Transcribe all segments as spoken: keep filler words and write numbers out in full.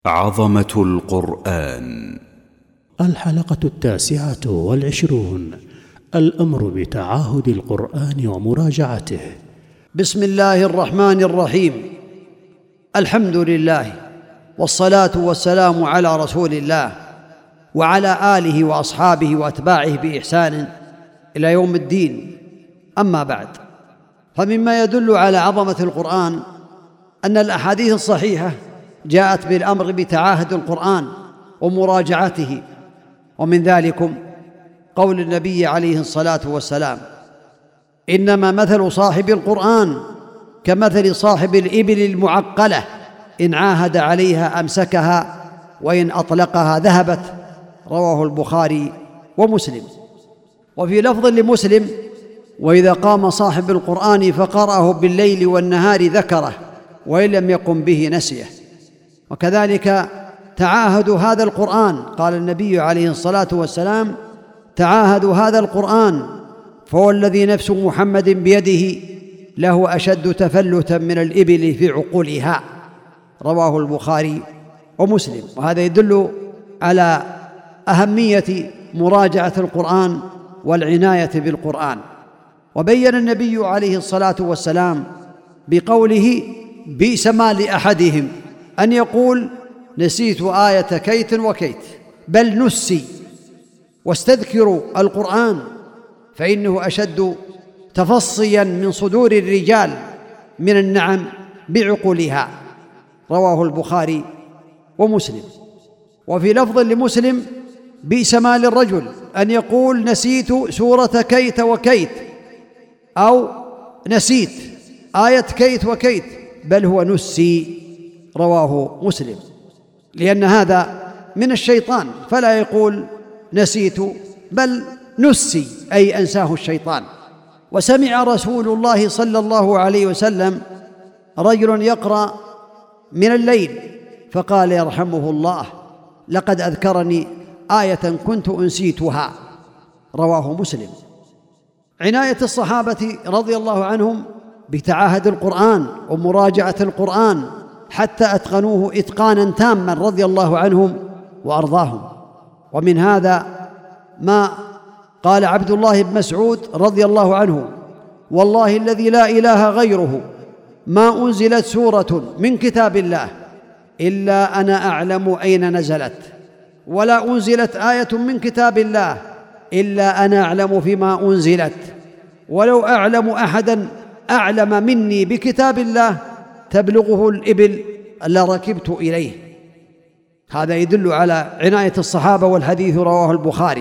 عظمة القرآن. الحلقة التاسعة والعشرون: الأمر بتعاهد القرآن ومراجعته. بسم الله الرحمن الرحيم. الحمد لله والصلاة والسلام على رسول الله وعلى آله وأصحابه وأتباعه بإحسان إلى يوم الدين. أما بعد، فمما يدل على عظمة القرآن أن الأحاديث الصحيحة جاءت بالأمر بتعاهد القرآن ومراجعته، ومن ذلكم قول النبي عليه الصلاة والسلام: إنما مثل صاحب القرآن كمثل صاحب الإبل المعقلة، إن عاهد عليها أمسكها وإن أطلقها ذهبت. رواه البخاري ومسلم. وفي لفظ لمسلم: وإذا قام صاحب القرآن فقرأه بالليل والنهار ذكره، وإن لم يقم به نسيه. وكذلك تعاهدوا هذا القرآن، قال النبي عليه الصلاة والسلام: تعاهدوا هذا القرآن فهو الذي نفس محمد بيده له أشد تفلتا من الإبل في عقولها. رواه البخاري ومسلم. وهذا يدل على أهمية مراجعة القرآن والعناية بالقرآن. وبين النبي عليه الصلاة والسلام بقوله: بئس ما لأحدهم أن يقول نسيت آية كيت وكيت، بل نسي. واستذكروا القرآن فإنه أشد تفصيا من صدور الرجال من النعم بعقولها. رواه البخاري ومسلم. وفي لفظ لمسلم: بئس ما للرجل أن يقول نسيت سورة كيت وكيت، أو نسيت آية كيت وكيت، بل هو نسي. رواه مسلم. لأن هذا من الشيطان، فلا يقول نسيت بل نسي، أي أنساه الشيطان. وسمع رسول الله صلى الله عليه وسلم رجل يقرأ من الليل فقال يرحمه الله: لقد أذكرني آية كنت أنسيتها. رواه مسلم. عناية الصحابة رضي الله عنهم بتعاهد القرآن ومراجعة القرآن حتى أتقنوه إتقانا تاما رضي الله عنهم وأرضاهم. ومن هذا ما قال عبد الله بن مسعود رضي الله عنه: والله الذي لا إله غيره ما أنزلت سورة من كتاب الله إلا أنا أعلم أين نزلت، ولا أنزلت آية من كتاب الله إلا أنا أعلم فيما أنزلت، ولو أعلم أحدا أعلم مني بكتاب الله تبلغه الإبل لركبت إليه. هذا يدل على عناية الصحابة، والحديث رواه البخاري.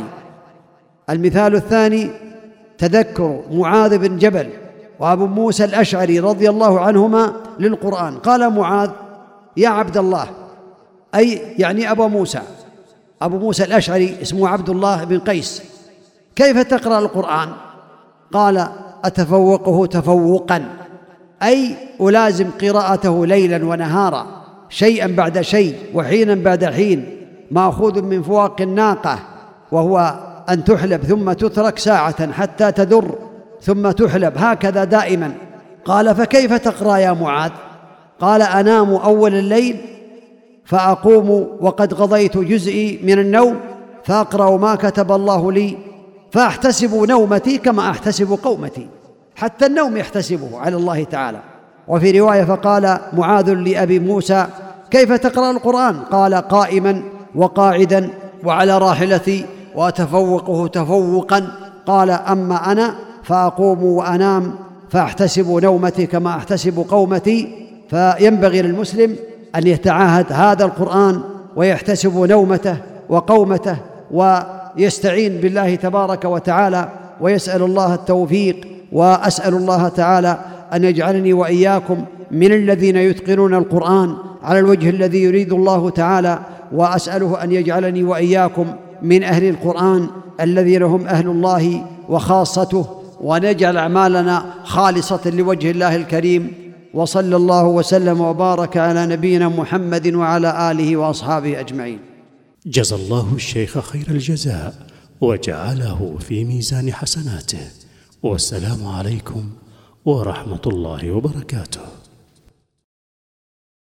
المثال الثاني: تذكر معاذ بن جبل وأبو موسى الأشعري رضي الله عنهما للقرآن. قال معاذ: يا عبد الله، أي يعني أبو موسى، أبو موسى الأشعري اسمه عبد الله بن قيس، كيف تقرأ القرآن؟ قال: أتفوقه تفوقا، أي ألازم قراءته ليلا ونهارا، شيئا بعد شيء وحينا بعد حين، مأخوذ من فواق الناقة، وهو أن تحلب ثم تترك ساعة حتى تدر ثم تحلب، هكذا دائما. قال: فكيف تقرأ يا معاذ؟ قال: أنام أول الليل فأقوم وقد قضيت جزئي من النوم فأقرأ ما كتب الله لي، فأحتسب نومتي كما أحتسب قومتي، حتى النوم يحتسبه على الله تعالى. وفي رواية: فقال معاذ لأبي موسى: كيف تقرأ القرآن؟ قال: قائما وقاعدا وعلى راحلتي، وأتفوقه تفوقا. قال: أما أنا فأقوم وأنام فأحتسب نومتي كما أحتسب قومتي. فينبغي للمسلم أن يتعاهد هذا القرآن ويحتسب نومته وقومته، ويستعين بالله تبارك وتعالى، ويسأل الله التوفيق. وأسأل الله تعالى أن يجعلني وإياكم من الذين يتقنون القرآن على الوجه الذي يريد الله تعالى، وأسأله أن يجعلني وإياكم من أهل القرآن الذين هم أهل الله وخاصته، ونجعل أعمالنا خالصة لوجه الله الكريم. وصلى الله وسلم وبارك على نبينا محمد وعلى آله وأصحابه أجمعين. جزى الله الشيخ خير الجزاء وجعله في ميزان حسناته. والسلام عليكم ورحمة الله وبركاته.